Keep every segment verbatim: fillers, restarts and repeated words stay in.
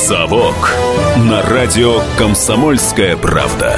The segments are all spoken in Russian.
«Совок» на радио «Комсомольская правда».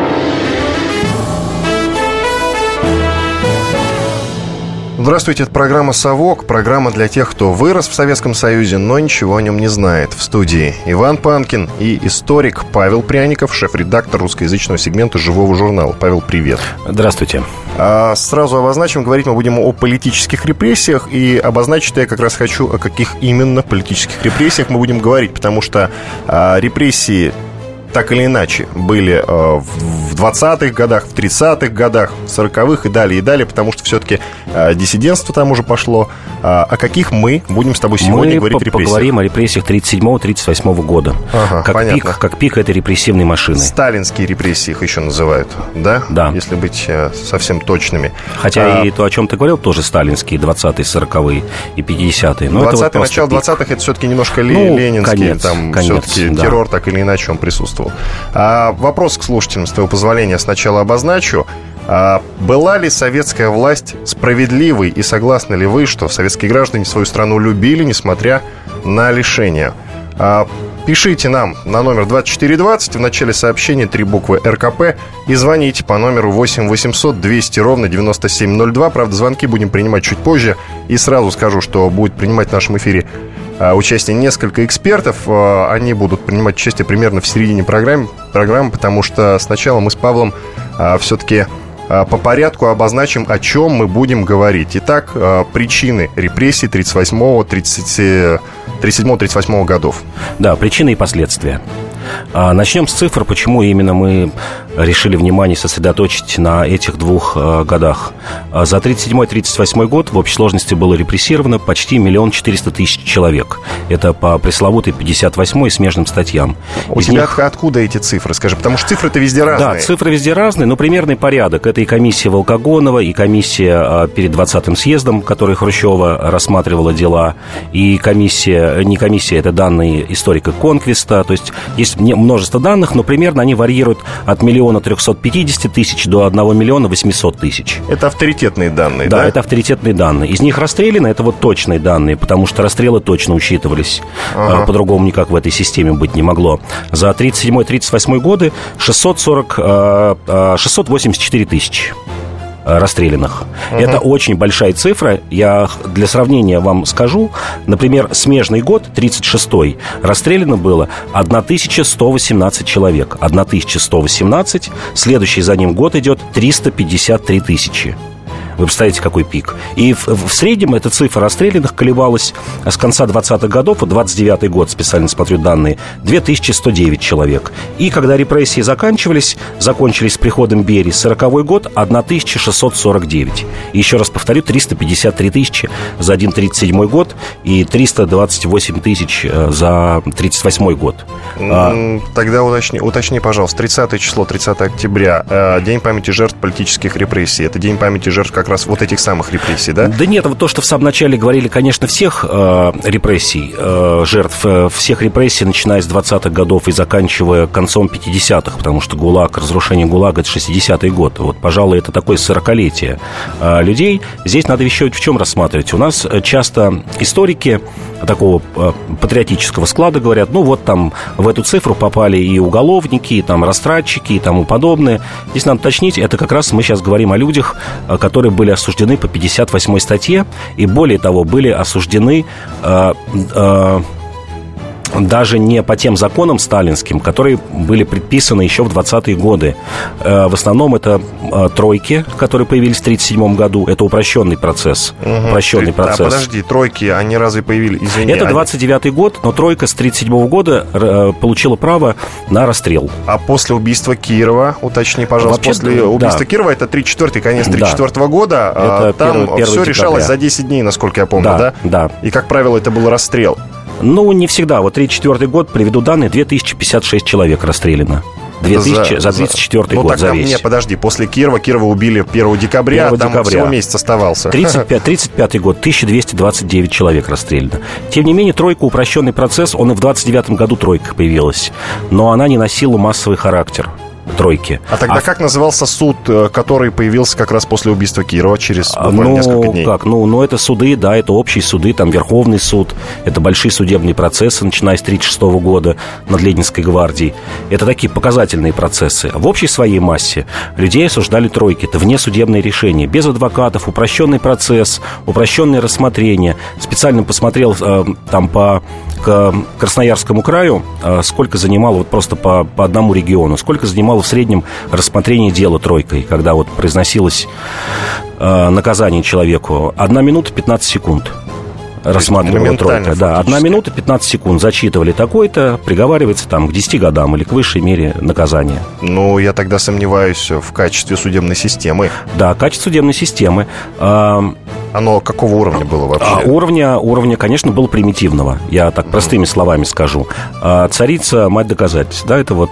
Здравствуйте, это программа «Совок», программа для тех, кто вырос в Советском Союзе, но ничего о нем не знает. В студии Иван Панкин и историк Павел Пряников, шеф-редактор русскоязычного сегмента «Живого журнала». Павел, привет. Здравствуйте. А сразу обозначим, говорить мы будем о политических репрессиях, и обозначить я как раз хочу, о каких именно политических репрессиях мы будем говорить, потому что а, репрессии так или иначе были э, в двадцатых годах, в тридцатых годах, в сороковых и далее, и далее, потому что все-таки э, диссидентство там уже пошло. А, о каких мы будем с тобой сегодня мы говорить по- репрессиях? Мы поговорим о репрессиях тридцать седьмого — тридцать восьмого года. Ага, как, понятно. пик, как пик этой репрессивной машины. Сталинские репрессии их еще называют, да? Да. Если быть э, совсем точными. Хотя а, и то, о чем ты говорил, тоже сталинские, двадцатые, сороковые и пятидесятые. Но двадцатые, это вот начало пик. двадцатых это все-таки немножко ну, ленинский, конец, там конец, все-таки да. террор так или иначе он присутствовал. А, вопрос к слушателям, с твоего позволения, сначала обозначу. А была ли советская власть справедливой, и согласны ли вы, что советские граждане свою страну любили, несмотря на лишения? А, пишите нам на номер двадцать четыре двадцать, в начале сообщения три буквы эр ка пэ, и звоните по номеру восемь восемьсот двести ровно девяносто семь ноль два. Правда, звонки будем принимать чуть позже. И сразу скажу, что будет принимать в нашем эфире а, участие несколько экспертов. А, они будут принимать участие примерно в середине программы, программы потому что сначала мы с Павлом а, все-таки а, по порядку обозначим, о чем мы будем говорить. Итак, а, причины репрессий тридцать восьмого, тридцать седьмого, тридцать восьмого годов. Да, причины и последствия. А, начнем с цифр, почему именно мы решили внимание сосредоточить на этих двух а, годах. А, за тридцать седьмой — тридцать восьмой год в общей сложности было репрессировано почти миллион четыреста тысяч человек. Это по пресловутой пятьдесят восьмой и смежным статьям. У Из тебя них... откуда эти цифры? Скажи, потому что цифры-то везде разные. Да, цифры везде разные, но примерный порядок. Это и комиссия Волкогонова, и комиссия а, перед двадцатым съездом, которая Хрущева рассматривала дела, и комиссия, не комиссия, это данные историка Конквиста. То есть есть множество данных, но примерно они варьируют от миллиона трехсот пятидесяти тысяч до одного миллиона восьмисот тысяч. Это авторитетные данные, да? Да, это авторитетные данные. Из них расстреляно, это вот точные данные, потому что расстрелы точно учитывались. Ага. По-другому никак в этой системе быть не могло. За тридцать седьмой — тридцать восьмой годы шестьсот сорок, шестьсот восемьдесят четыре тысячи расстрелянных. Uh-huh. Это очень большая цифра. Я для сравнения вам скажу. Например, смежный год, тридцать шестой, расстреляно было тысяча сто восемнадцать человек. тысяча сто восемнадцать. Следующий за ним год идет триста пятьдесят три тысячи. Вы представляете, какой пик. И в, в среднем эта цифра расстрелянных колебалась с конца двадцатых годов, вот двадцать девятый год, специально смотрю данные, две тысячи сто девять человек. И когда репрессии заканчивались, закончились с приходом Берии, сороковой год, тысяча шестьсот сорок девять. И еще раз повторю, триста пятьдесят три тысячи за один тридцать седьмой год и триста двадцать восемь тысяч за тридцать восьмой год. Тогда уточни, уточни, пожалуйста, тридцатое число, тридцатое октября, День памяти жертв политических репрессий. Это День памяти жертв как раз вот этих самых репрессий, да? Да нет, вот то, что в самом начале говорили, конечно, всех э, репрессий, э, жертв, э, всех репрессий, начиная с двадцатых годов и заканчивая концом пятидесятых, потому что ГУЛАГ, разрушение ГУЛАГа — это шестидесятый год. Вот, пожалуй, это такое сорокалетие э, людей. Здесь надо еще в чем рассматривать. У нас часто историки такого э, патриотического склада говорят, ну вот там в эту цифру попали и уголовники, и там растратчики, и тому подобное. Здесь надо уточнить, это как раз мы сейчас говорим о людях, которые были осуждены по пятьдесят восьмой статье, и более того, были осуждены э, э, даже не по тем законам сталинским, которые были предписаны еще в двадцатые годы. В основном это тройки, которые появились в тридцать седьмом году. Это упрощенный процесс. Угу. Упрощенный Ты, процесс. А, подожди, тройки, они разве появились? Извини, это двадцать девятый они... год, но тройка с тридцать седьмого года получила право на расстрел. А после убийства Кирова, уточни, пожалуйста, Вообще, после убийства да. Кирова, это тридцать четвёртый, конец тридцать четвёртого да. года, это там первое, все решалось за десять дней, насколько я помню, да? Да, да. И, как правило, это был расстрел. Ну, не всегда. Вот тридцать четвёртый год, приведу данные, две тысячи пятьдесят шесть человек расстреляно. две тысячи за, за тридцать четвёртый ну, год, так, за весь. Нет, подожди, после Кирова, Кирова убили первого декабря, первого там декабря. всего месяц оставался. тридцать пятый год, тысяча двести двадцать девять человек расстреляно. Тем не менее, тройка, упрощенный процесс, он и в двадцать девятом году тройка появилась. Но она не носила массовый характер. тройки. А тогда а... как назывался суд, который появился как раз после убийства Кирова, через буквально ну, несколько дней? Как? Ну, ну, это суды, да, это общие суды, там Верховный суд, это большие судебные процессы, начиная с тысяча девятьсот тридцать шестого года над Ленинской гвардией. Это такие показательные процессы. В общей своей массе людей осуждали тройки. Это внесудебные решения, без адвокатов, упрощенный процесс, упрощенное рассмотрение. Специально посмотрел э, там по к Красноярскому краю, э, сколько занимало, вот просто по, по одному региону, сколько занимало в среднем рассмотрение дела тройкой, когда вот произносилось э, наказание человеку. Одна минута пятнадцать секунд. Рассматривала тройка. Да, одна минута пятнадцать секунд зачитывали такой-то, приговаривается там к десяти годам или к высшей мере наказания. Ну, я тогда сомневаюсь в качестве судебной системы. Да, качество судебной системы. Оно какого уровня было вообще? А, уровня, уровня, конечно, было примитивного. Я так простыми словами скажу. А, царица, мать доказательств. Да, это вот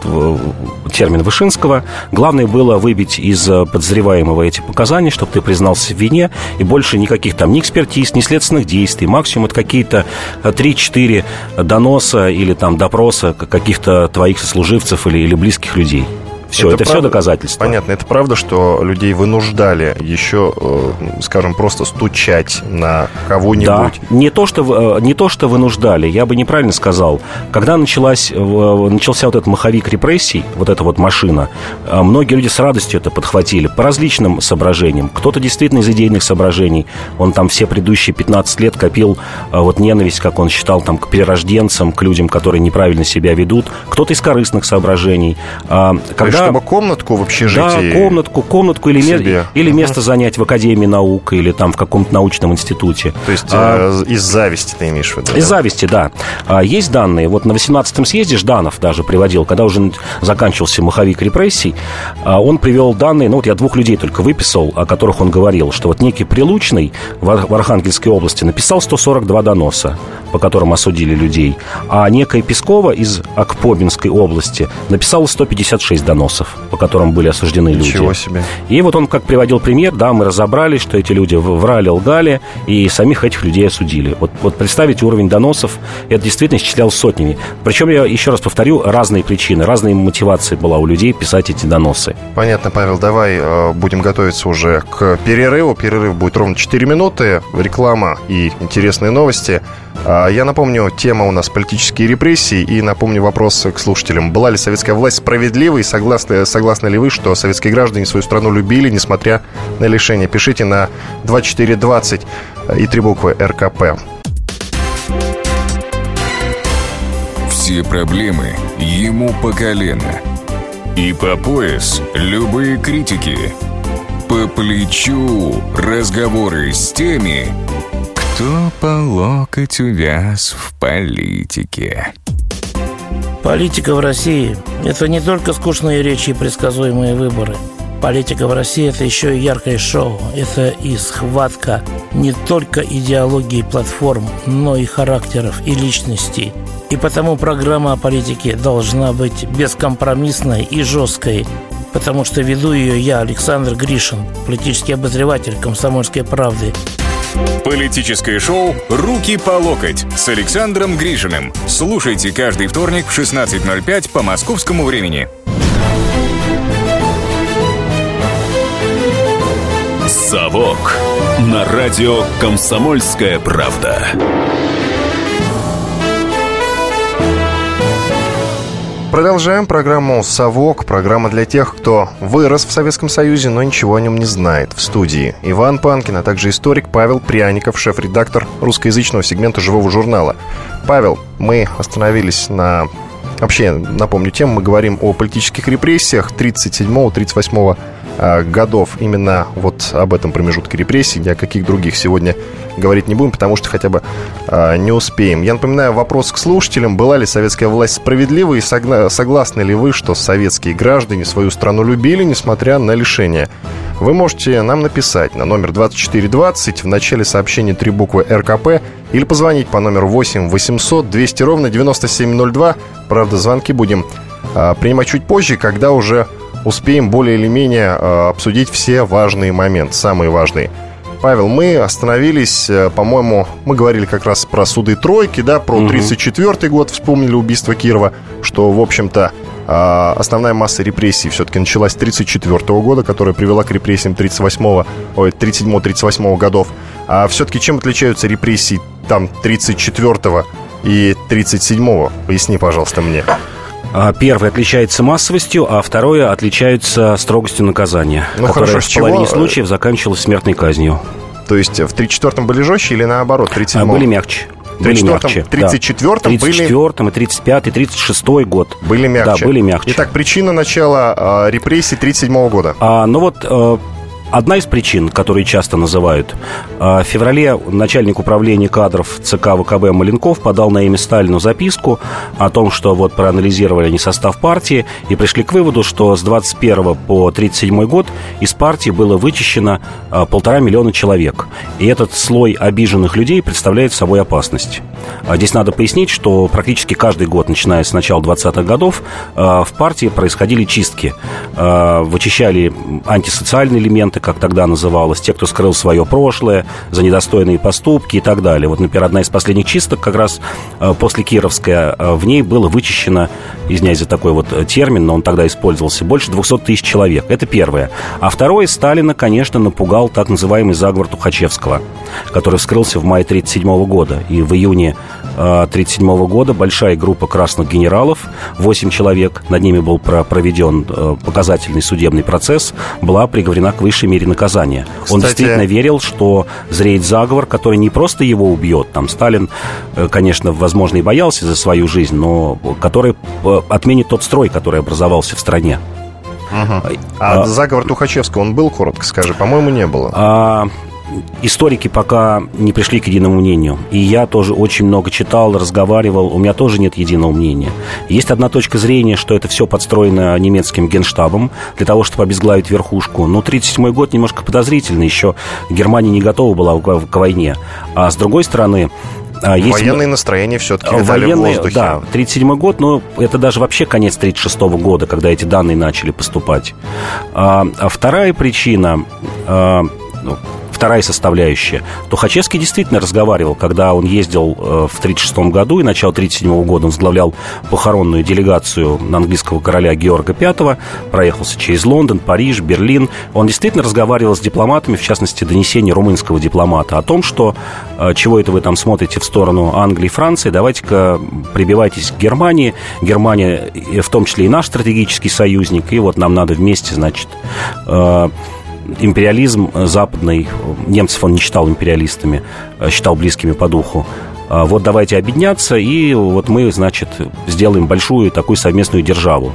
термин Вышинского. Главное было выбить из подозреваемого эти показания, чтобы ты признался в вине, и больше никаких там ни экспертиз, ни следственных действий. Максимум это какие-то три-четыре доноса или там допроса каких-то твоих сослуживцев или, или близких людей. Все, это, это правда, все доказательства. Понятно, это правда, что людей вынуждали еще, скажем, просто стучать на кого-нибудь? Да, не то, что, не то, что вынуждали, я бы неправильно сказал. Когда началась, начался вот этот маховик репрессий, вот эта вот машина, многие люди с радостью это подхватили по различным соображениям. Кто-то действительно из идейных соображений. Он там все предыдущие пятнадцать лет копил вот ненависть, как он считал, там, к перерожденцам, к людям, которые неправильно себя ведут. Кто-то из корыстных соображений. Когда чтобы комнатку в общежитии. Да, комнатку, комнатку или, ме- или место uh-huh. занять в Академии наук или там в каком-то научном институте. То есть а, из зависти ты имеешь в виду? Из да? зависти, да. А, есть данные. Вот на восемнадцатом съезде Жданов даже приводил, когда уже заканчивался маховик репрессий, а, он привел данные, ну вот я двух людей только выписал, о которых он говорил, что вот некий Прилучный в, в Архангельской области написал сто сорок два доноса, по которым осудили людей, а некая Пескова из Акпобинской области написала сто пятьдесят шесть доносов, по которым были осуждены люди. Ничего себе. И вот он как приводил пример, да, мы разобрали, что эти люди врали, лгали, и самих этих людей осудили. Вот, вот представить уровень доносов, это действительно исчислялось сотнями. Причем, я еще раз повторю, разные причины, разные мотивации была у людей писать эти доносы. Понятно, Павел, давай э, будем готовиться уже к перерыву. Перерыв будет ровно четыре минуты, реклама и интересные новости. А, я напомню, тема у нас политические репрессии, и напомню вопрос к слушателям. Была ли советская власть справедливой? Согласны, согласны ли вы, что советские граждане свою страну любили, несмотря на лишения? Пишите на двадцать четыре двадцать и три буквы эр ка пэ. Все проблемы ему по колено. И по пояс любые критики. По плечу разговоры с теми, кто по локоть увяз в политике. Политика в России – это не только скучные речи и предсказуемые выборы. Политика в России – это еще и яркое шоу. Это и схватка не только идеологии и платформ, но и характеров и личностей. И потому программа о политике должна быть бескомпромиссной и жесткой, потому что веду ее я, Александр Гришин, политический обозреватель «Комсомольской правды». Политическое шоу «Руки по локоть» с Александром Гришиным. Слушайте каждый вторник в шестнадцать ноль пять по московскому времени. «Совок» на радио «Комсомольская правда». Продолжаем программу «Совок». Программа для тех, кто вырос в Советском Союзе, но ничего о нем не знает. В студии Иван Панкин, а также историк Павел Пряников, шеф-редактор русскоязычного сегмента «Живого журнала». Павел, мы остановились на... Вообще, напомню тему, мы говорим о политических репрессиях тридцать седьмого — тридцать восьмого годов. Именно вот об этом промежутке репрессий, ни о каких других сегодня говорить не будем, потому что хотя бы а, не успеем. Я напоминаю вопрос к слушателям. Была ли советская власть справедливой? И согла- согласны ли вы, что советские граждане свою страну любили, несмотря на лишения? Вы можете нам написать на номер двадцать четыре двадцать, в начале сообщения три буквы эр ка пэ, или позвонить по номеру восемь восемьсот двести ровно девяносто семь ноль два. Правда, звонки будем а, принимать чуть позже, когда уже успеем более или менее а, обсудить все важные моменты, самые важные. Павел, мы остановились, по-моему, мы говорили как раз про суды тройки, да, про тридцать четвёртый год, вспомнили убийство Кирова, что, в общем-то, основная масса репрессий все-таки началась с тридцать четвёртого года, которая привела к репрессиям тридцать восьмого, ой, тридцать седьмого тридцать восьмого годов. А все-таки чем отличаются репрессии там тридцать четвёртого и тридцать седьмого? Поясни, пожалуйста, мне. Первое отличается массовостью, а второе отличается строгостью наказания, ну, которое хорошо, в половине случаев заканчивалось смертной казнью. То есть в тридцать четвёртом были жестче или наоборот, в тридцать седьмом? Были мягче. В тридцать четвёртом, тридцать четвёртом и тридцать пятый, тридцать шестой год. Были мягче. Да, были мягче. Итак, причина начала э, репрессий тридцать седьмого года. А, ну вот... Э, Одна из причин, которые часто называют, в феврале начальник управления кадров ЦК ВКБ Маленков подал на имя Сталину записку о том, что вот проанализировали они состав партии и пришли к выводу, что с двадцать первого по тридцать седьмой год из партии было вычищено полтора миллиона человек. И этот слой обиженных людей представляет собой опасность. Здесь надо пояснить, что практически каждый год, начиная с начала двадцатых годов, в партии происходили чистки. Вычищали антисоциальные элементы, как тогда называлось, те, кто скрыл свое прошлое, за недостойные поступки и так далее. Вот, например, одна из последних чисток, как раз после Кировская, в ней было вычищено, извиняюсь за такой вот термин, но он тогда использовался, больше двухсот тысяч человек. Это первое. А второе, Сталина, конечно, напугал так называемый заговор Тухачевского, который вскрылся в мае тридцать седьмого года. И в июне тридцать седьмого года большая группа красных генералов, восемь человек, над ними был проведен показательный судебный процесс, была приговорена к высшей мере наказания. Кстати... Он действительно верил, что зреет заговор, который не просто его убьет. Там Сталин, конечно, возможно, и боялся за свою жизнь, но который отменит тот строй, который образовался в стране. Угу. А, а заговор Тухачевского, он был, коротко скажи? По-моему, не было. А... Историки пока не пришли к единому мнению. И я тоже очень много читал, разговаривал. У меня тоже нет единого мнения. Есть одна точка зрения, что это все подстроено немецким генштабом для того, чтобы обезглавить верхушку. Но тридцать седьмой год немножко подозрительно. Еще Германия не готова была к войне. А с другой стороны... Есть... Военные настроения все-таки витали в воздухе. Да, тридцать седьмой год, но это даже вообще конец тридцать шестого года, когда эти данные начали поступать. А, а вторая причина... А, ну, Вторая составляющая. Тухачевский действительно разговаривал, когда он ездил в тридцать шестом году и начало тридцать седьмого года. Он возглавлял похоронную делегацию английского короля Георга Пятого, проехался через Лондон, Париж, Берлин. Он действительно разговаривал с дипломатами, в частности, донесение румынского дипломата о том, что чего это вы там смотрите в сторону Англии и Франции, давайте-ка прибивайтесь к Германии. Германия, в том числе и наш стратегический союзник, и вот нам надо вместе, значит... Империализм западный, немцев он не считал империалистами, считал близкими по духу. Вот давайте объединяться, и вот мы, значит, сделаем большую такую совместную державу.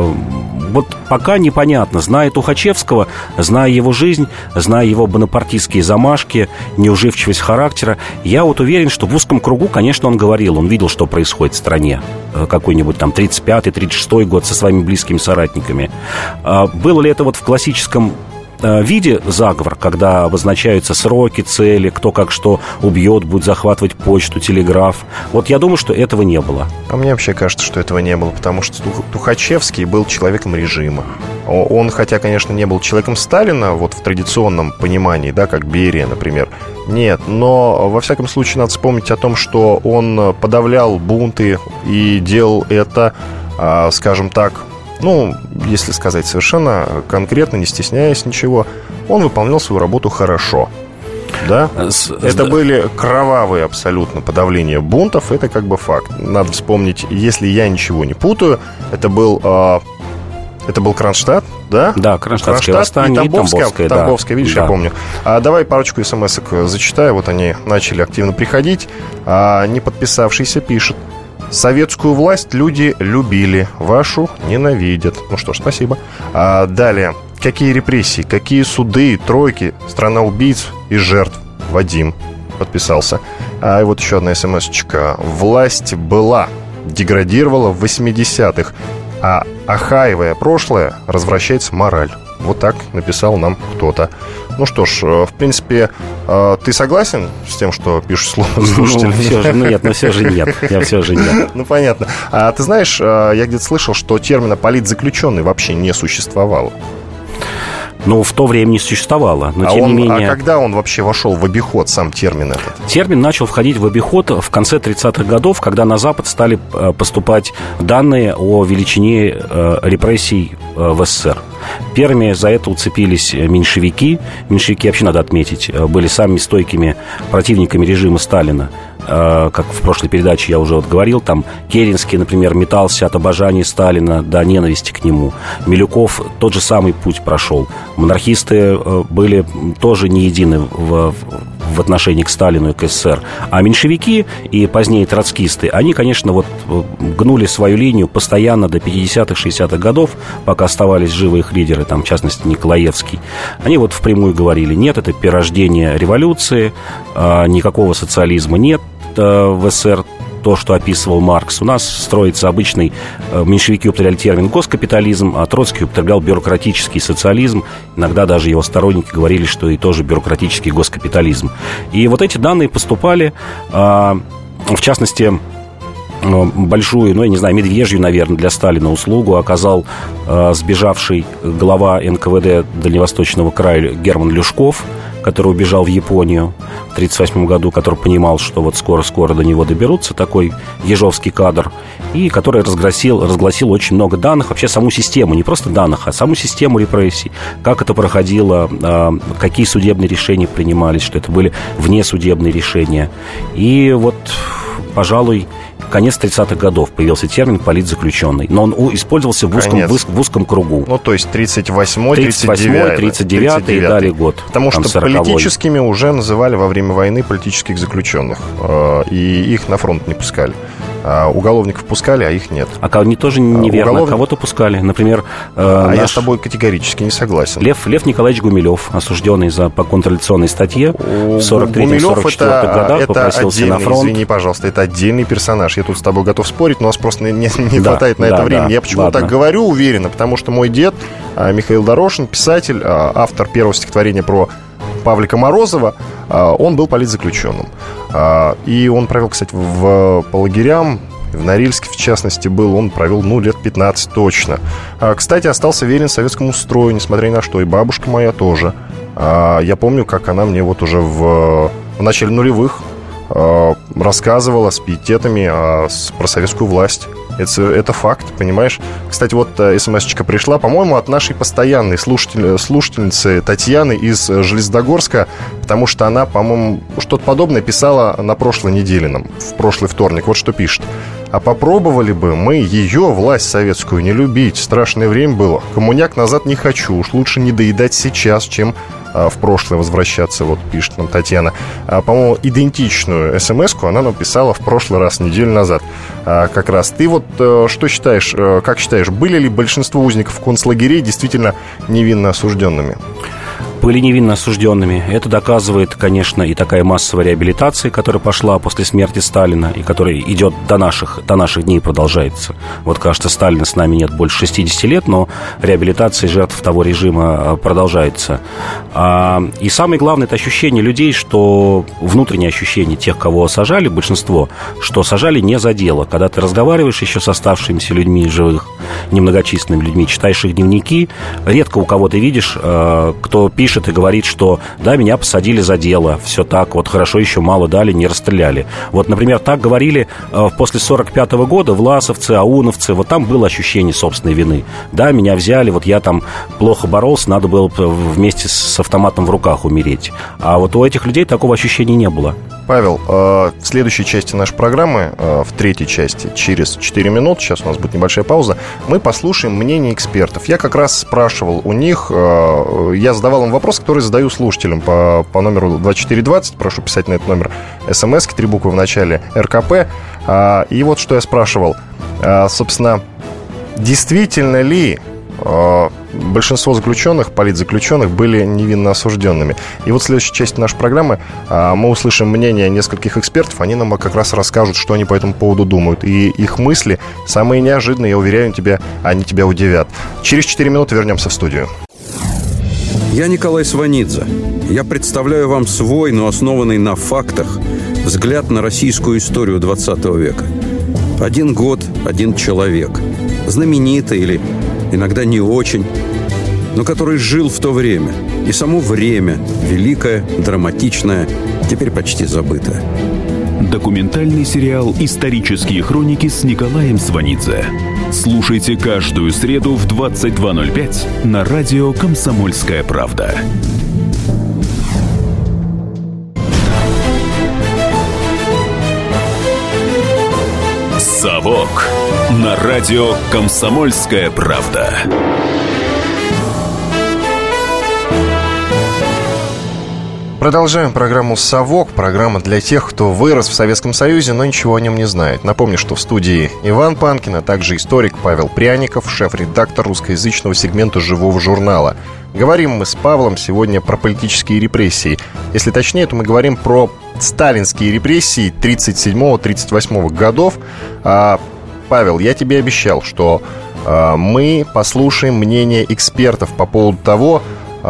Вот пока непонятно, зная Тухачевского, зная его жизнь, зная его бонапартийские замашки, неуживчивость характера, я вот уверен, что в узком кругу, конечно, он говорил, он видел, что происходит в стране. Какой-нибудь там тридцать пятый, тридцать шестой год со своими близкими соратниками. Было ли это вот в классическом виде заговор, когда обозначаются сроки, цели, кто как что убьет, будет захватывать почту, телеграф. Вот я думаю, что этого не было. А мне вообще кажется, что этого не было, потому что Тухачевский был человеком режима. Он, хотя, конечно, не был человеком Сталина, вот в традиционном понимании, да, как Берия, например. Нет, но, во всяком случае, надо вспомнить о том, что он подавлял бунты и делал это, скажем так, ну, если сказать совершенно конкретно, не стесняясь ничего, он выполнял свою работу хорошо. Да? С, это да. были кровавые абсолютно подавления бунтов, это как бы факт. Надо вспомнить, если я ничего не путаю, это был, э, это был Кронштадт, да? Да, Кронштадтское восстание и Тамбовское, Тамбовское, Тамбовское, да. видишь, да. я помню. А, давай парочку смс-ок зачитаю, вот они начали активно приходить. А, не подписавшийся пишет: советскую власть люди любили, вашу ненавидят. Ну что ж, спасибо. А далее. Какие репрессии, какие суды, тройки, страна убийц и жертв. Вадим подписался. А и вот еще одна смс-очка. Власть была, деградировала в восьмидесятых, а охаивая прошлое, развращается мораль. Вот так написал нам кто-то. Ну что ж, в принципе, ты согласен с тем, что пишут слушатели? Ну, все же, ну, нет, ну все же нет. Я все же нет. Ну, понятно. А ты знаешь, я где-то слышал, что термина политзаключенный вообще не существовало. Ну, в то время не существовало, но а тем он, не менее... А когда он вообще вошел в обиход, сам термин этот? Термин начал входить в обиход в конце тридцатых годов, когда на Запад стали поступать данные о величине репрессий в СССР. Первыми за это уцепились меньшевики. Меньшевики, вообще надо отметить, были самыми стойкими противниками режима Сталина. Как в прошлой передаче я уже вот говорил, там Керенский, например, метался от обожания Сталина до ненависти к нему. Милюков тот же самый путь прошел. Монархисты были тоже не едины в, в отношении к Сталину и к СССР. А меньшевики и позднее троцкисты, они, конечно, вот гнули свою линию постоянно до пятидесятых, шестидесятых годов, пока оставались живы их лидеры, там, в частности, Николаевский. Они вот впрямую говорили: нет, это перерождение революции, никакого социализма нет в СССР, то, что описывал Маркс. У нас строится обычный, меньшевики употребляли термин госкапитализм, а Троцкий употреблял бюрократический социализм. Иногда даже его сторонники говорили, что и тоже бюрократический госкапитализм. И вот эти данные поступали, в частности, большую, ну, я не знаю, медвежью, наверное, для Сталина услугу оказал сбежавший глава эн ка вэ дэ Дальневосточного края Герман Люшков, который убежал в Японию в тридцать восьмом году, который понимал, что вот скоро-скоро до него доберутся, такой ежовский кадр, и который разгласил, разгласил очень много данных, вообще саму систему, не просто данных, а саму систему репрессий, как это проходило, какие судебные решения принимались, что это были внесудебные решения. И вот, пожалуй, конец тридцатых годов появился термин «политзаключенный». Но он использовался в узком, в узком кругу. Ну, то есть тридцать восьмой, тридцать девятый, тридцать девятый и далее год. Потому что сороковой. Политическими уже называли во время войны политических заключенных. И их на фронт не пускали. А уголовников пускали, а их нет. А они тоже неверно. Уголовник... Кого-то пускали. Например, а наш... я с тобой категорически не согласен. Лев, Лев Николаевич Гумилев, осужденный за, по контрреволюционной статье, в сорок третьем — сорок четвёртом годах это попросился отдельный, на фронт. Извини, пожалуйста, это отдельный персонаж. Я тут с тобой готов спорить, но у нас просто не, не, не да, хватает на да, это времени. Да, я почему ладно. так говорю уверенно? Потому что мой дед Михаил Дорошин, писатель, автор первого стихотворения про Павлика Морозова, он был политзаключенным. И он провел, кстати, в, по лагерям, в Норильске, в частности, был. Он провел, ну, лет пятнадцать точно. Кстати, остался верен советскому строю, несмотря ни на что. И бабушка моя тоже. Я помню, как она мне вот уже в, в начале нулевых рассказывала с пиететами про советскую власть. Это, это факт, понимаешь? Кстати, вот смс-очка пришла, по-моему, от нашей постоянной слушатель, слушательницы Татьяны из Железногорска, потому что она, по-моему, что-то подобное писала на прошлой неделе нам, в прошлый вторник. Вот что пишет. А попробовали бы мы ее, власть советскую, не любить. Страшное время было. Коммуняк назад не хочу. Уж лучше не доедать сейчас, чем а, в прошлое возвращаться. Вот пишет нам Татьяна. А, по-моему, идентичную смс-ку она написала в прошлый раз, неделю назад. А, как раз. Ты вот а, что считаешь, а, как считаешь, были ли большинство узников концлагерей действительно невинно осужденными? Были невинно осужденными. Это доказывает, конечно, и такая массовая реабилитация, которая пошла после смерти Сталина, и которая идет до наших, до наших дней, продолжается. Вот, кажется, Сталина с нами нет больше шестидесяти лет, но реабилитация жертв того режима продолжается. И самое главное, это ощущение людей, что внутреннее ощущение тех, кого сажали, большинство, что сажали не за дело. Когда ты разговариваешь еще с оставшимися людьми живых, немногочисленными людьми, читаешь их дневники, редко у кого ты видишь, кто пишет и говорит, что да, меня посадили за дело, все так, вот хорошо, еще мало дали, не расстреляли. Вот, например, так говорили э, после сорок пятого года власовцы, ауновцы, вот там было ощущение собственной вины. Да, меня взяли, вот я там плохо боролся, надо было вместе с автоматом в руках умереть. А вот у этих людей такого ощущения не было. Павел, в следующей части нашей программы, в третьей части, через четыре минуты, сейчас у нас будет небольшая пауза, мы послушаем мнение экспертов. Я как раз спрашивал у них, я задавал им вопрос, который задаю слушателям по, по номеру двадцать четыре двадцать, прошу писать на этот номер смс-ки, три буквы в начале, эр ка пэ. И вот что я спрашивал. Собственно, действительно ли большинство заключенных, политзаключенных, были невинно осужденными? И вот в следующей части нашей программы мы услышим мнение нескольких экспертов. Они нам как раз расскажут, что они по этому поводу думают. И их мысли самые неожиданные, я уверяю тебя, они тебя удивят. Через четыре минуты вернемся в студию. Я Николай Сванидзе. Я представляю вам свой, но основанный на фактах, взгляд на российскую историю двадцатого века. Один год, один человек. Знаменитый или иногда не очень. но который жил в то время. И само время, великое, драматичное, теперь почти забытое. Документальный сериал «Исторические хроники» с Николаем Сванидзе. Слушайте каждую среду в двадцать два ноль пять на радио «Комсомольская правда». «Совок» на радио «Комсомольская правда». Продолжаем программу «Совок». Программа для тех, кто вырос в Советском Союзе, но ничего о нем не знает. Напомню, что в студии Иван Панкин, а также историк Павел Пряников, шеф-редактор русскоязычного сегмента «Живого журнала». Говорим мы с Павлом сегодня про политические репрессии. Если точнее, то мы говорим про сталинские репрессии тридцать седьмого — тридцать восьмого годов. А, Павел, я тебе обещал, что а, мы послушаем мнение экспертов по поводу того,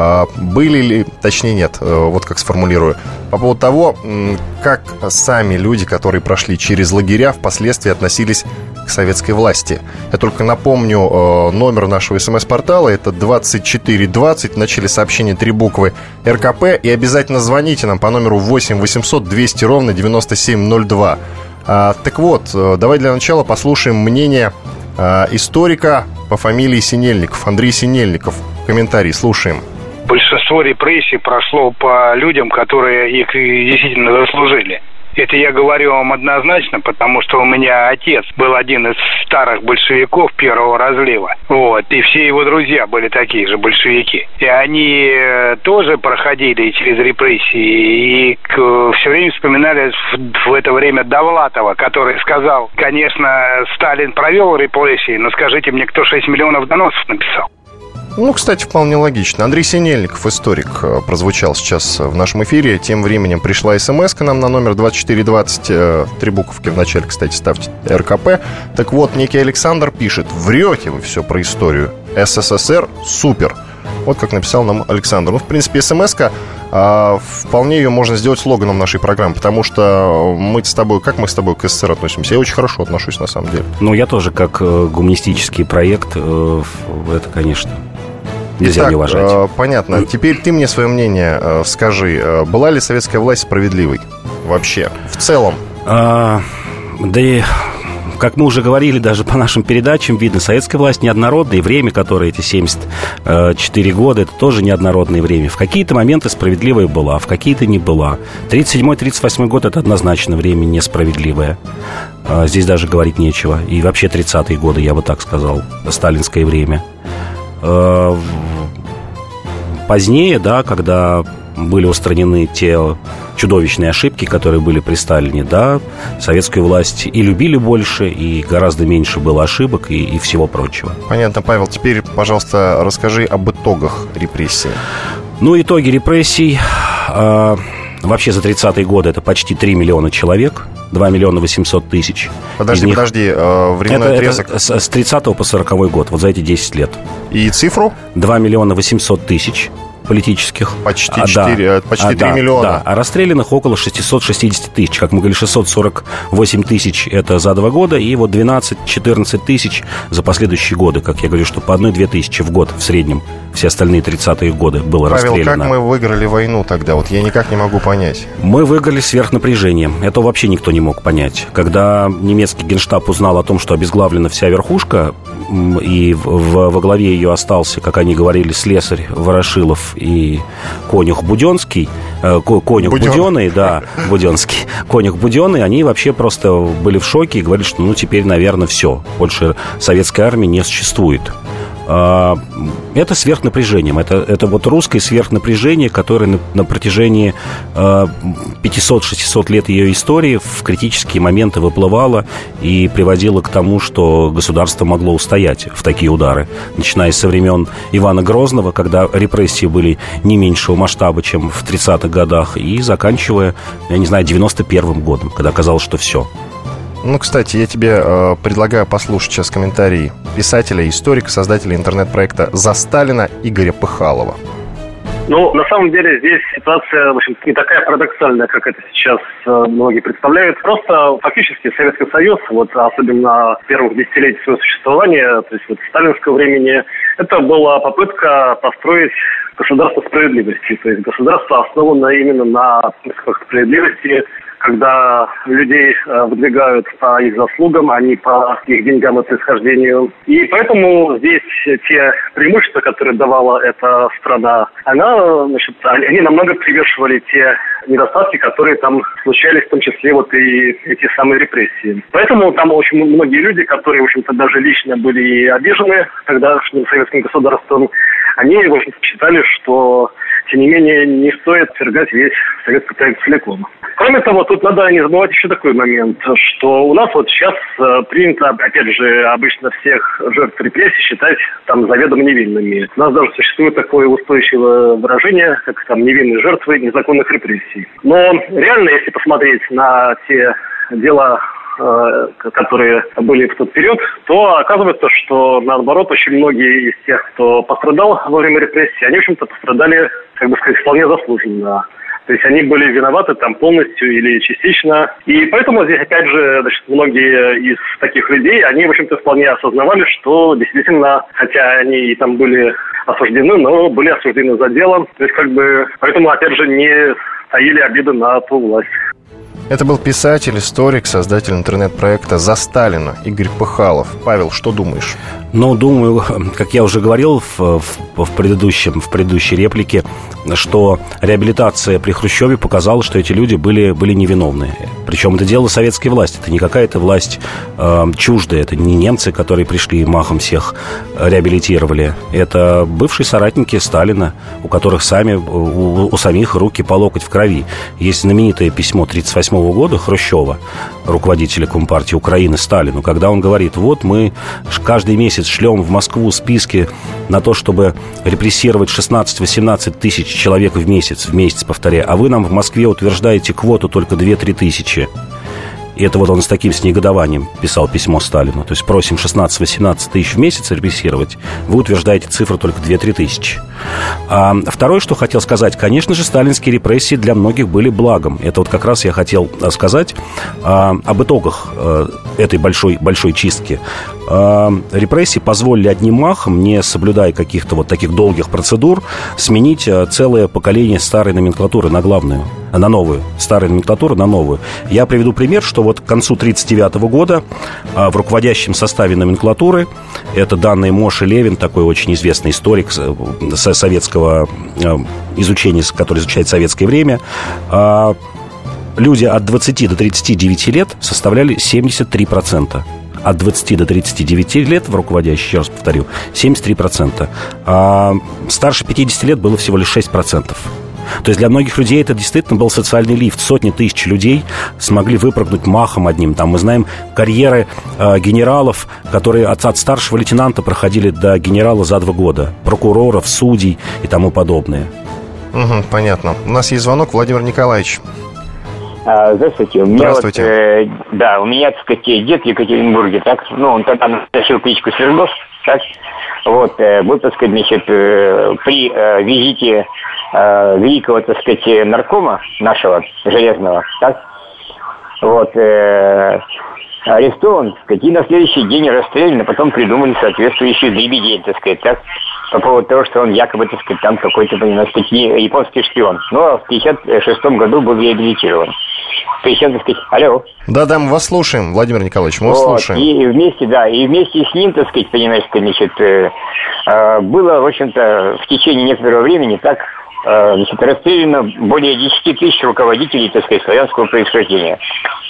были ли, точнее нет, вот как сформулирую, по поводу того, как сами люди, которые прошли через лагеря, впоследствии относились к советской власти. Я только напомню номер нашего смс-портала, это двадцать четыре двадцать, в начале сообщения три буквы эр ка пэ, и обязательно звоните нам по номеру восемь восемьсот двести ровно девяносто семь ноль два. Так вот, давай для начала послушаем мнение историка по фамилии Синельников, Андрей Синельников. Комментарий слушаем. Большинство репрессий прошло по людям, которые их действительно заслужили. Это я говорю вам однозначно, потому что у меня отец был один из старых большевиков первого разлива. Вот, и все его друзья были такие же большевики. И они тоже проходили через репрессии. И все время вспоминали в это время Довлатова, который сказал: конечно, Сталин провел репрессии, но скажите мне, кто шесть миллионов доносов написал? Ну, кстати, вполне логично. Андрей Синельников, историк, прозвучал сейчас в нашем эфире. Тем временем пришла смс к нам на номер двадцать четыре двадцать. Три буковки в начале, кстати, ставьте эр ка пэ. Так вот, некий Александр пишет: врете вы все про историю. эс эс эс эр супер. Вот как написал нам Александр. Ну, в принципе, смс-ка, а, вполне ее можно сделать слоганом нашей программы, потому что мы с тобой, как мы с тобой к эс эс эс эр относимся? Я очень хорошо отношусь, на самом деле. Ну, я тоже, как гуманистический проект, это, конечно... Нельзя Итак, не уважать. Э, понятно. Теперь ты мне свое мнение э, скажи. Э, была ли советская власть справедливой? Вообще, в целом? А, да и, как мы уже говорили, даже по нашим передачам видно, советская власть неоднородная, и время, которое эти семьдесят четыре года, это тоже неоднородное время. В какие-то моменты справедливая была, в какие-то не была. тридцать седьмой — тридцать восьмой год — это однозначно время несправедливое. А, здесь даже говорить нечего. И вообще тридцатые годы, я бы так сказал, сталинское время. Позднее, да, когда были устранены те чудовищные ошибки, которые были при Сталине, да, советскую власть и любили больше, и гораздо меньше было ошибок и, и всего прочего. Понятно, Павел. Теперь, пожалуйста, расскажи об итогах репрессий. Ну, итоги репрессий. Э, вообще за тридцатые годы это почти три миллиона человек. два миллиона восемьсот тысяч. Подожди, них... подожди, э, временной это, отрезок... Это с, с тридцатого по сороковой год, вот за эти десять лет. И цифру? два миллиона восемьсот тысяч политических. Почти, четыре, а, да. почти а, три да, миллиона. Да, а расстрелянных около шестьсот шестьдесят тысяч. Как мы говорили, шестьсот сорок восемь тысяч это за два года, и вот двенадцать-четырнадцать тысяч за последующие годы. Как я говорю, что по одной-две тысячи в год в среднем. Все остальные тридцатые годы было Павел, расстреляно. как мы выиграли войну тогда? Вот я никак не могу понять. Мы выиграли сверхнапряжением. Это вообще никто не мог понять. Когда немецкий генштаб узнал о том, что обезглавлена вся верхушка, и в, в, во главе ее остался, как они говорили, слесарь Ворошилов и конюх Буденский, э, конюх Буден. Буденный, да, Буденский, конюх Буденный, они вообще просто были в шоке и говорили, что ну теперь, наверное, все, больше советской армии не существует. Это сверхнапряжением. Это, это вот русское сверхнапряжение, которое на, на протяжении пятьсот-шестьсот лет ее истории в критические моменты выплывало и приводило к тому, что государство могло устоять в такие удары. Начиная со времен Ивана Грозного, когда репрессии были не меньшего масштаба, чем в тридцатых годах, и заканчивая, я не знаю, девяносто первым годом, когда казалось, что все. Ну, кстати, я тебе э, предлагаю послушать сейчас комментарий писателя, историка, создателя интернет-проекта «За Сталина» Игоря Пыхалова. Ну, на самом деле, здесь ситуация, в общем, не такая парадоксальная, как это сейчас э, многие представляют. Просто фактически Советский Союз, вот особенно в первых десятилетиях своего существования, то есть вот сталинского времени, это была попытка построить государство справедливости. То есть государство основано именно на справедливости, когда людей э, выдвигают по их заслугам, а не по их деньгам и происхождению. И поэтому здесь те преимущества, которые давала эта страна, она, значит, они намного превешивали те недостатки, которые там случались, в том числе вот и эти самые репрессии. Поэтому там очень многие люди, которые, в общем-то, даже лично были обижены тогдашним советским государством, они, в общем, считали, что, тем не менее, не стоит свергать весь советский проект целиком. Кроме того, тут надо не забывать еще такой момент, что у нас вот сейчас э, принято, опять же, обычно всех жертв репрессий считать там заведомо невинными. У нас даже существует такое устойчивое выражение, как там невинные жертвы незаконных репрессий. Но реально, если посмотреть на те дела, э, которые были в тот период, то оказывается, что наоборот, очень многие из тех, кто пострадал во время репрессий, они, в общем-то, пострадали, как бы сказать, вполне заслуженно. То есть они были виноваты там полностью или частично. И поэтому здесь, опять же, значит, многие из таких людей, они, в общем-то, вполне осознавали, что действительно, хотя они и там были осуждены, но были осуждены за дело. То есть, как бы, поэтому, опять же, не таили обиды на ту власть. Это был писатель, историк, создатель интернет-проекта «За Сталина» Игорь Пыхалов. Павел, что думаешь? Ну, думаю, как я уже говорил в, в, в, предыдущем, в предыдущей реплике, что реабилитация при Хрущеве показала, что эти люди были, были невиновны. Причем это дело советской власти. Это не какая-то власть э, чуждая. Это не немцы, которые пришли и махом всех реабилитировали. Это бывшие соратники Сталина, у которых сами, у, у самих руки по локоть в крови. Есть знаменитое письмо тридцать восьмого года Хрущева, руководителя Компартии Украины, Сталину, когда он говорит: вот мы каждый месяц шлем в Москву списки на то, чтобы репрессировать шестнадцать-восемнадцать тысяч человек в месяц, в месяц, повторяю, а вы нам в Москве утверждаете квоту только две-три тысячи. И это вот он с таким с негодованием писал письмо Сталину. То есть просим шестнадцать-восемнадцать тысяч в месяц репрессировать, вы утверждаете цифру только две-три тысячи. А второе, что хотел сказать, конечно же, сталинские репрессии для многих были благом. Это вот как раз я хотел сказать а, об итогах а, этой большой, большой чистки. А, репрессии позволили одним махом, не соблюдая каких-то вот таких долгих процедур, сменить а, целое поколение старой номенклатуры на главную, на новую, старой номенклатуры на новую. Я приведу пример, что вот к концу тысяча девятьсот тридцать девятого года а, в руководящем составе номенклатуры, это данные Моше Левин, такой очень известный историк со советского а, изучения, который изучает советское время, а, люди от двадцати до тридцати девяти лет составляли семьдесят три процента. От двадцати до тридцати девяти лет в руководящей, еще раз повторю, семьдесят три процента. А старше пятидесяти лет было всего лишь шесть процентов. То есть для многих людей это действительно был социальный лифт. Сотни тысяч людей смогли выпрыгнуть махом одним. Там мы знаем карьеры э, генералов, которые от, от старшего лейтенанта проходили до генерала за два года. Прокуроров, судей и тому подобное. Угу, понятно. У нас есть звонок. Владимир Николаевич. А, здравствуйте. У меня Здравствуйте. Вот, э, да, у меня, так сказать, дед в Екатеринбурге, так, ну, он тогда носил кличку Свердлов, так, вот, э, был, так сказать, значит, э, при э, визите э, великого, так сказать, наркома нашего железного, так, вот, э, арестован, так сказать, и на следующий день расстрелян, а потом придумали соответствующую дребедень, так сказать, так, по поводу того, что он якобы, так сказать, там какой-то, так сказать, японский шпион. Но в пятьдесят шестом году был реабилитирован. пятьдесят, так сказать, алло. Да-да, мы вас слушаем, Владимир Николаевич, мы вас вот, слушаем. И вместе, да, и вместе с ним, так сказать, понимаете, значит, э, э, было, в общем-то, в течение некоторого времени так, э, значит, расстреляно более десяти тысяч руководителей, так сказать, славянского происхождения.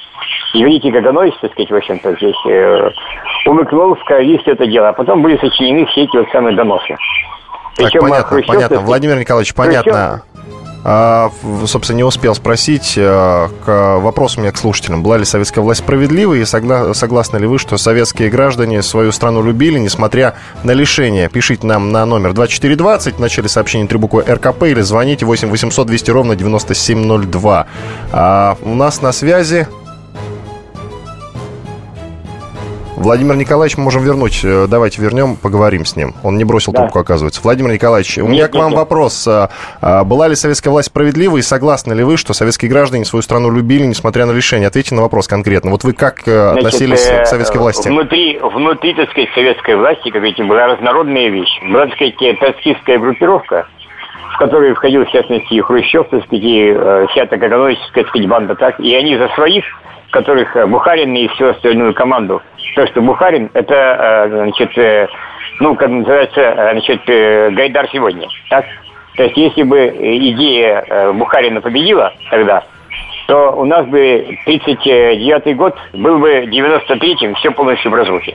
И видите, как оно, так сказать, в общем-то, здесь э, умыкнул в крови все это дело. А потом были сочинены все эти вот самые доносы. Так, Причем, понятно, Хрущев, понятно. сказать, Владимир Николаевич, понятно. А, собственно, не успел спросить а, к вопросу у меня к слушателям. Была ли советская власть справедливой? И согла- согласны ли вы, что советские граждане свою страну любили, несмотря на лишения? Пишите нам на номер двадцать четыре двадцать, в начале сообщения три буквы эр ка пэ, или звоните восемь восемьсот двести ровно девяносто семь ноль два. А, у нас на связи... Владимир Николаевич мы можем вернуть. Давайте вернем, поговорим с ним. Он не бросил да. трубку, оказывается. Владимир Николаевич, у нет, меня нет, к вам нет. вопрос. Была ли советская власть справедливой и согласны ли вы, что советские граждане свою страну любили, несмотря на лишение? Ответьте на вопрос конкретно. Вот вы как Значит, относились к советской власти? Внутри, внутри, так сказать, советской власти, как видите, была разнородная вещь. Была, так сказать, троцкистская группировка, в которой входил, в частности, и Хрущев, так сказать, и вся так экономическая, так сказать, банда, так, и они за своих, которых Бухарин и всю остальную команду. То, что Бухарин, это, значит, ну, как называется, значит, Гайдар сегодня, так? То есть, если бы идея Бухарина победила тогда, то у нас бы тридцать девятый год был бы девяносто третьим, все полностью в разрухе.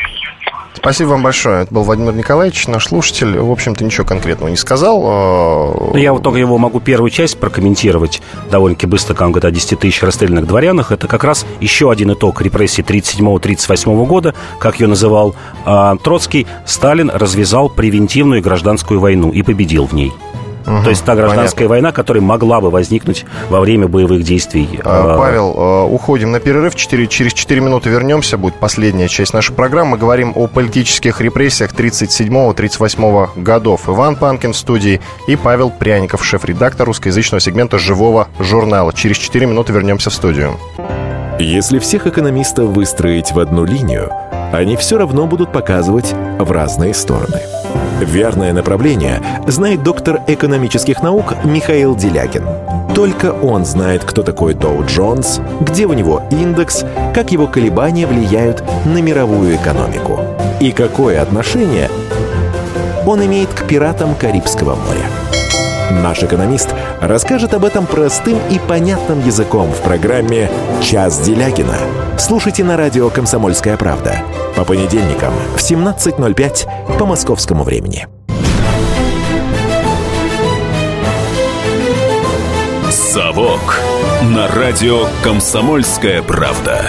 Спасибо вам большое. Это был Владимир Николаевич, наш слушатель. В общем-то, ничего конкретного не сказал. Я вот только его могу первую часть прокомментировать довольно-таки быстро, когда он говорит о десяти тысяч расстрелянных дворянах. Это как раз еще один итог репрессий тридцать седьмого — тридцать восьмого года. Как ее называл э, Троцкий, Сталин развязал превентивную гражданскую войну и победил в ней. Угу, То есть та гражданская понятно. война, которая могла бы возникнуть во время боевых действий. Павел, уходим на перерыв. четыре, через четыре минуты вернемся. Будет последняя часть нашей программы. Мы говорим о политических репрессиях тридцать седьмого — тридцать восьмого годов. Иван Панкин в студии и Павел Пряников, шеф-редактор русскоязычного сегмента «Живого журнала». Через четыре минуты вернемся в студию. Если всех экономистов выстроить в одну линию, они все равно будут показывать в разные стороны. Верное направление знает доктор экономических наук Михаил Делякин. Только он знает, кто такой Доу Джонс, где у него индекс, как его колебания влияют на мировую экономику и какое отношение он имеет к пиратам Карибского моря. Наш экономист расскажет об этом простым и понятным языком в программе «Час Делякина». Слушайте на радио «Комсомольская правда» по понедельникам в семнадцать ноль пять по московскому времени. «Совок» на радио «Комсомольская правда».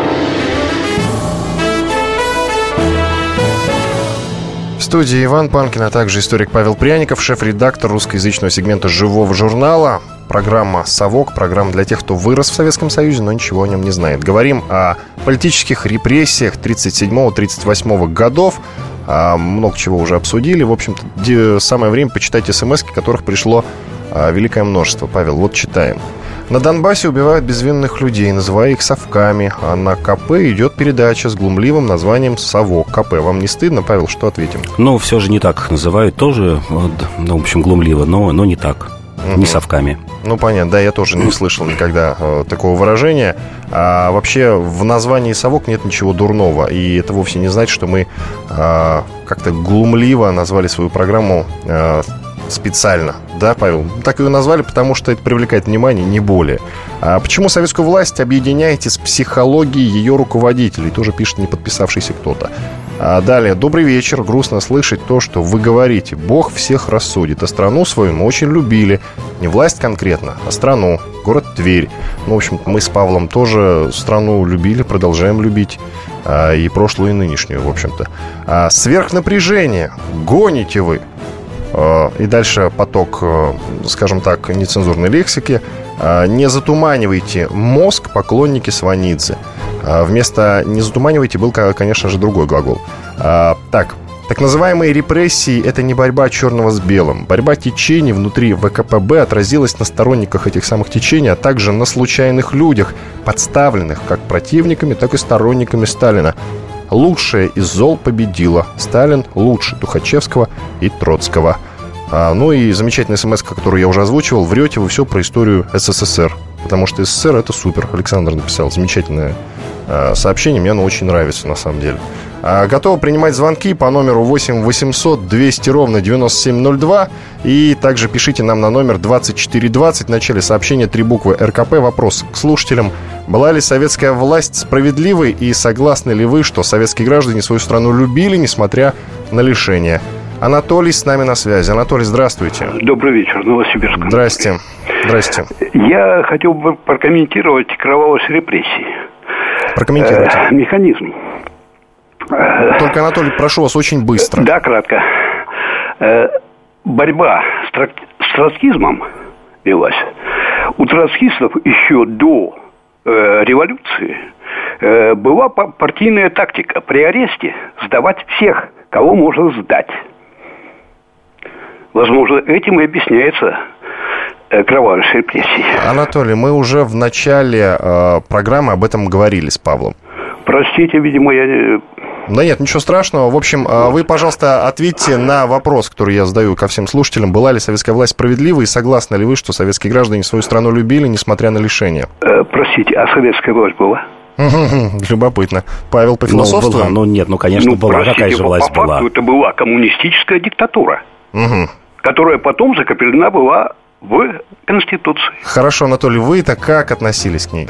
В студии Иван Панкин, а также историк Павел Пряников, шеф-редактор русскоязычного сегмента «Живого журнала». Программа «Совок», программа для тех, кто вырос в Советском Союзе, но ничего о нем не знает. Говорим о политических репрессиях тридцать седьмого — тридцать восьмого годов. Много чего уже обсудили. В общем-то, самое время почитать смс-ки, которых пришло великое множество. Павел, вот читаем. На Донбассе убивают безвинных людей, называя их совками. А на КП идет передача с глумливым названием «Совок». КП. Вам не стыдно, Павел? Что ответим? Ну, все же не так их называют. Тоже, ну, в общем, глумливо, но, но не так. Угу. Не совками. Ну, понятно. Да, я тоже не слышал никогда э, такого выражения. А вообще в названии «Совок» нет ничего дурного. И это вовсе не значит, что мы э, как-то глумливо назвали свою программу э, специально. Да, Павел? Так ее назвали, потому что это привлекает внимание, не более. А почему советскую власть объединяете с психологией ее руководителей? Тоже пишет не подписавшийся кто-то. А далее. Добрый вечер. Грустно слышать то, что вы говорите. Бог всех рассудит. А страну свою мы очень любили. Не власть конкретно, а страну. Город Тверь. Ну, в общем, мы с Павлом тоже страну любили, продолжаем любить. А, и прошлую, и нынешнюю, в общем-то. А, сверхнапряжение. Гоните вы. И дальше поток, скажем так, нецензурной лексики. Не затуманивайте мозг, поклонники Сванидзе. Вместо «не затуманивайте» был, конечно же, другой глагол. Так, так называемые репрессии – это не борьба черного с белым. Борьба течений внутри ВКПБ отразилась на сторонниках этих самых течений, а также на случайных людях, подставленных как противниками, так и сторонниками Сталина. Лучшее из зол победило. Сталин лучше Тухачевского и Троцкого. А, ну и замечательная смс, которую я уже озвучивал. Врете вы все про историю СССР. Потому что СССР — это супер. Александр написал замечательное а, сообщение. Мне оно очень нравится на самом деле. а, Готовы принимать звонки по номеру восемь восемьсот двести ровно девяносто семь ноль два. И также пишите нам на номер двадцать четыре двадцать. В начале сообщения три буквы РКП. Вопрос к слушателям. Была ли советская власть справедливой и согласны ли вы, что советские граждане свою страну любили, несмотря на лишения? Анатолий с нами на связи. Анатолий, здравствуйте. Добрый вечер, Новосибирск. Здрасте. Здрасте. Я хотел бы прокомментировать кровавость репрессий. Прокомментируйте. Э, механизм. Только, Анатолий, прошу вас очень быстро. Да, кратко. Э, борьба с, трак... с троцкизмом велась. У троцкистов еще до э, революции Э, была партийная тактика при аресте сдавать всех, кого можно сдать. Возможно, этим и объясняется э, кровавость репрессий. Анатолий, мы уже в начале э, программы об этом говорили с Павлом. Простите, видимо, я... Да нет, ничего страшного. В общем, вы, пожалуйста, ответьте на вопрос, который я задаю ко всем слушателям. Была ли советская власть справедлива и согласны ли вы, что советские граждане свою страну любили, несмотря на лишения? Э, простите, а советская власть была? Любопытно. Павел, пофилософствуем? Ну, ну нет, ну, конечно, ну, была. Простите, Какая же власть по факту была? Это была коммунистическая диктатура, угу. которая потом закреплена была в Конституции. Хорошо, Анатолий, вы-то как относились к ней?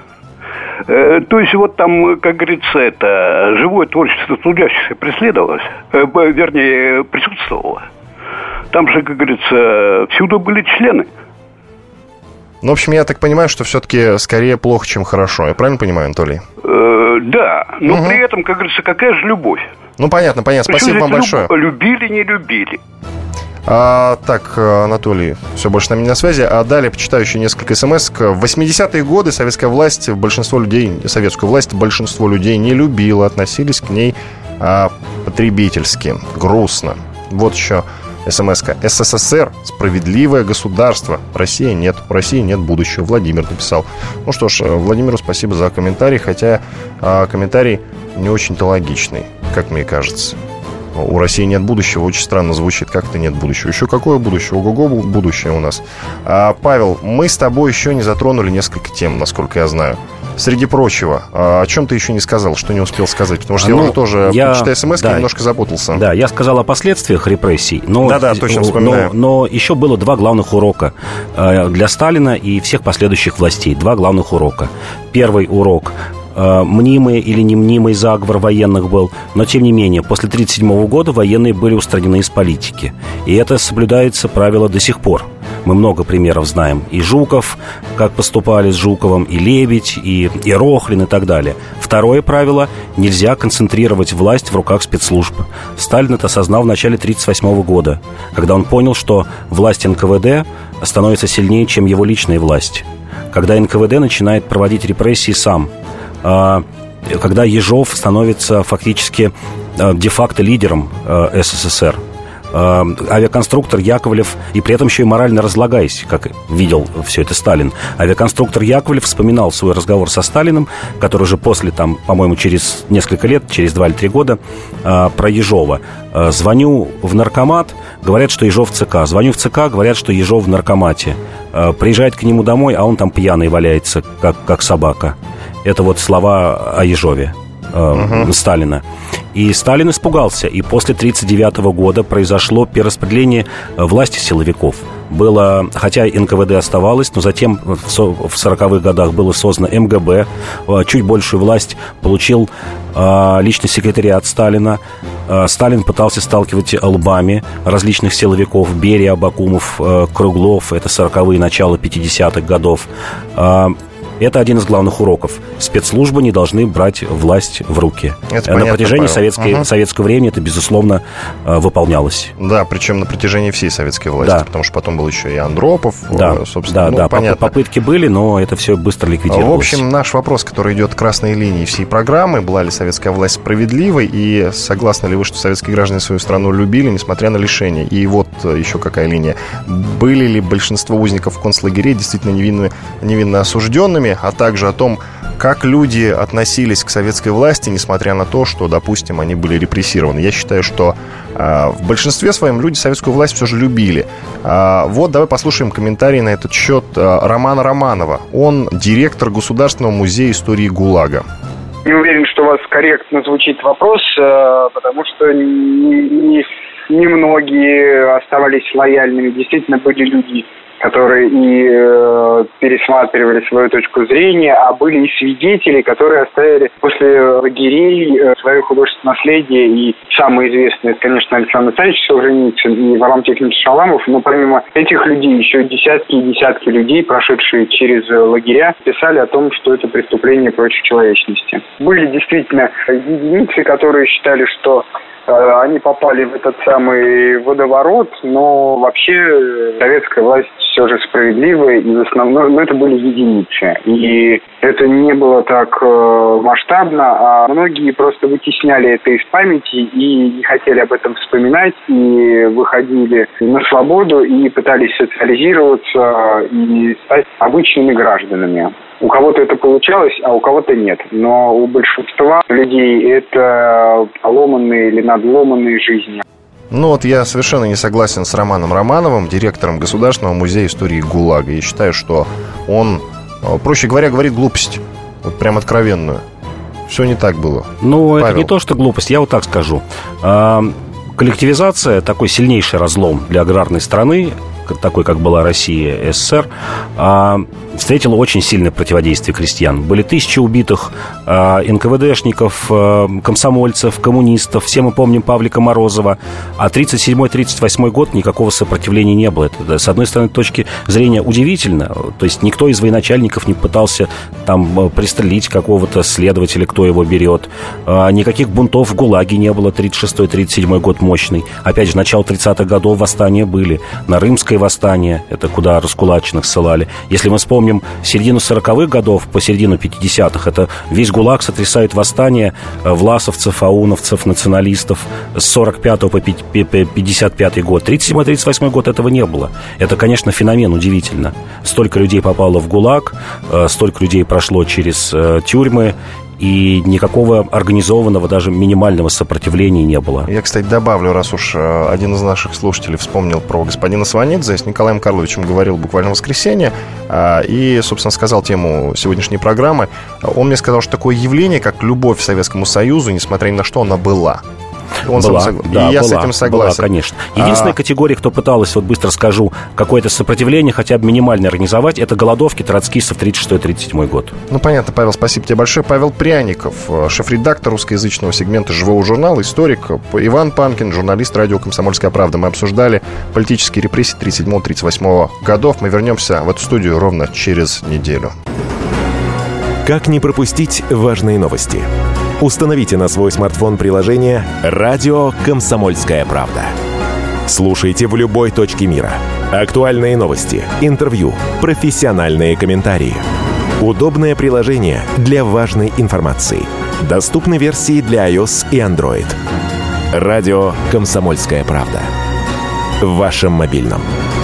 Э, то есть вот там, как говорится, это живое творчество трудящихся преследовалось, э, вернее, присутствовало. Там же, как говорится, всюду были члены. Ну, в общем, я так понимаю, что все-таки скорее плохо, чем хорошо. Я правильно понимаю, Анатолий? Э, да, но угу. при этом, как говорится, какая же любовь? Ну, понятно, понятно. Причем Спасибо вам большое. Любили, не любили. А, так, Анатолий, все больше с нами на связи. А далее почитаю еще несколько смс. В восьмидесятые годы советская власть, большинство людей, советскую власть большинство людей не любило, относились к ней а, потребительски, грустно. Вот еще смс-ка. СССР – справедливое государство. Россия нет. У России нет будущего. Владимир написал. Ну что ж, Владимиру спасибо за комментарий, хотя а, комментарий не очень-то логичный, как мне кажется. У России нет будущего, очень странно звучит. Как-то нет будущего. Еще какое будущее? Ого-го, будущее у нас. А, Павел, мы с тобой еще не затронули несколько тем, насколько я знаю. Среди прочего, а, о чем ты еще не сказал, что не успел сказать? Потому что ну, я уже тоже, я, читая смс, да, немножко запутался. Да, я сказал о последствиях репрессий. Но, да-да, точно вспоминаю. Но, но еще было два главных урока для Сталина и всех последующих властей. Два главных урока. Первый урок – мнимый или не мнимый заговор военных был, но, тем не менее, после тысяча девятьсот тридцать седьмого года военные были устранены из политики. И это соблюдается правило до сих пор. Мы много примеров знаем. И Жуков, как поступали с Жуковым, и Лебедь, и, и Рохлин, и так далее. Второе правило – нельзя концентрировать власть в руках спецслужб. Сталин это осознал в начале тысяча девятьсот тридцать восьмого года, когда он понял, что власть эн ка вэ дэ становится сильнее, чем его личная власть. Когда эн ка вэ дэ начинает проводить репрессии сам, когда Ежов становится фактически де-факто лидером эс эс эс эр. Авиаконструктор Яковлев, и при этом еще и морально разлагаясь, как видел все это Сталин, авиаконструктор Яковлев вспоминал свой разговор со Сталиным, который уже после, там, по-моему, через несколько лет, через два или три года, про Ежова. Звоню в наркомат, говорят, что Ежов в ЦК. Звоню в ЦК, говорят, что Ежов в наркомате. Приезжает к нему домой, а он там пьяный валяется, как, как собака. Это вот слова о Ежове э, uh-huh. Сталина. И Сталин испугался. И после тысяча девятьсот тридцать девятого года произошло перераспределение власти силовиков. Было, хотя эн ка вэ дэ оставалось, но затем в сороковых годах было создано эм гэ бэ. Чуть большую власть получил э, личный секретариат Сталина. Э, Сталин пытался сталкивать лбами различных силовиков. Берия, Абакумов, э, Круглов. Это сороковые, начало пятидесятых годов. Э, Это один из главных уроков. Спецслужбы не должны брать власть в руки. Это на понятно, протяжении советской, угу. советского времени это, безусловно, выполнялось. Да, причем на протяжении всей советской власти. Да. Потому что потом был еще и Андропов. Да, собственно. Да, ну, да. Понятно. Попытки были, но это все быстро ликвидировалось. В общем, наш вопрос, который идет красной линией всей программы: была ли советская власть справедливой, и согласны ли вы, что советские граждане свою страну любили, несмотря на лишения? И вот еще какая линия. Были ли большинство узников концлагерей действительно невинно, невинно осужденными? А также о том, как люди относились к советской власти, несмотря на то, что, допустим, они были репрессированы. Я считаю, что э, в большинстве своем люди советскую власть все же любили. Э, вот, давай послушаем комментарий на этот счет э, Романа Романова. Он директор Государственного музея истории ГУЛАГа. Не уверен, что у вас корректно звучит вопрос, э, потому что не, не, не многие оставались лояльными. Действительно, были люди, которые и э, пересматривали свою точку зрения, а были и свидетели, которые оставили после лагерей э, свое художественное наследие. И самый известный, это, конечно, Александр Александрович Солженицын и Варлам Тихонович Шаламов, но помимо этих людей еще десятки и десятки людей, прошедшие через лагеря, писали о том, что это преступление против человечности. Были действительно единицы, которые считали, что они попали в этот самый водоворот, но вообще советская власть все же справедливая, и в основном, ну, это были единицы. И это не было так э, масштабно, а многие просто вытесняли это из памяти и не хотели об этом вспоминать, и выходили на свободу, и пытались социализироваться и стать обычными гражданами. У кого-то это получалось, а у кого-то нет. Но у большинства людей это поломанные или надломанные жизни. Ну вот я совершенно не согласен с Романом Романовым, директором Государственного музея истории ГУЛАГа. Я считаю, что он, проще говоря, говорит глупость. Вот прям откровенную. Все не так было. Ну, Павел. Это не то, что глупость, я вот так скажу. Коллективизация, такой сильнейший разлом для аграрной страны, такой, как была Россия, СССР, встретила очень сильное противодействие крестьян. Были тысячи убитых эн ка вэ дэшников, комсомольцев, коммунистов. Все мы помним Павлика Морозова. А тридцать седьмой — тридцать восьмой год никакого сопротивления не было. Это, с одной стороны, точки зрения удивительно. То есть никто из военачальников не пытался там пристрелить какого-то следователя, кто его берет. Никаких бунтов в ГУЛАГе не было. тридцать шестой — тридцать седьмой год мощный. Опять же, начало тридцатых годов восстания были. На Рымское восстание, это куда раскулаченных ссылали. Если мы вспомним середину сороковых годов по середину пятидесятых, это весь ГУЛАГ сотрясает восстание власовцев, ауновцев, националистов с сорок пятого по пятьдесят пятый год. тридцать седьмой — тридцать восьмой год этого не было. Это, конечно, феномен, удивительно. Столько людей попало в ГУЛАГ, столько людей прошло через тюрьмы, и никакого организованного, даже минимального сопротивления не было. Я, кстати, добавлю, раз уж один из наших слушателей вспомнил про господина Сванидзе, с Николаем Карловичем говорил буквально в воскресенье, и, собственно, сказал тему сегодняшней программы. Он мне сказал, что такое явление, как любовь к Советскому Союзу, несмотря ни на что, она была. Он была, сог... да, и я была, с этим согласен. Была, конечно. Единственная а... категория, кто пыталась, вот быстро скажу, какое-то сопротивление хотя бы минимально организовать, это голодовки троцкистов тридцать шестой — тридцать седьмой год. Ну, понятно, Павел, спасибо тебе большое. Павел Пряников, шеф-редактор русскоязычного сегмента «Живого журнала», историк. Иван Панкин, журналист радио «Комсомольская правда». Мы обсуждали политические репрессии тридцать седьмого — тридцать восьмого годов. Мы вернемся в эту студию ровно через неделю. Как не пропустить важные новости? Установите на свой смартфон приложение «Радио Комсомольская правда». Слушайте в любой точке мира. Актуальные новости, интервью, профессиональные комментарии. Удобное приложение для важной информации. Доступны версии для iOS и Android. «Радио Комсомольская правда». В вашем мобильном.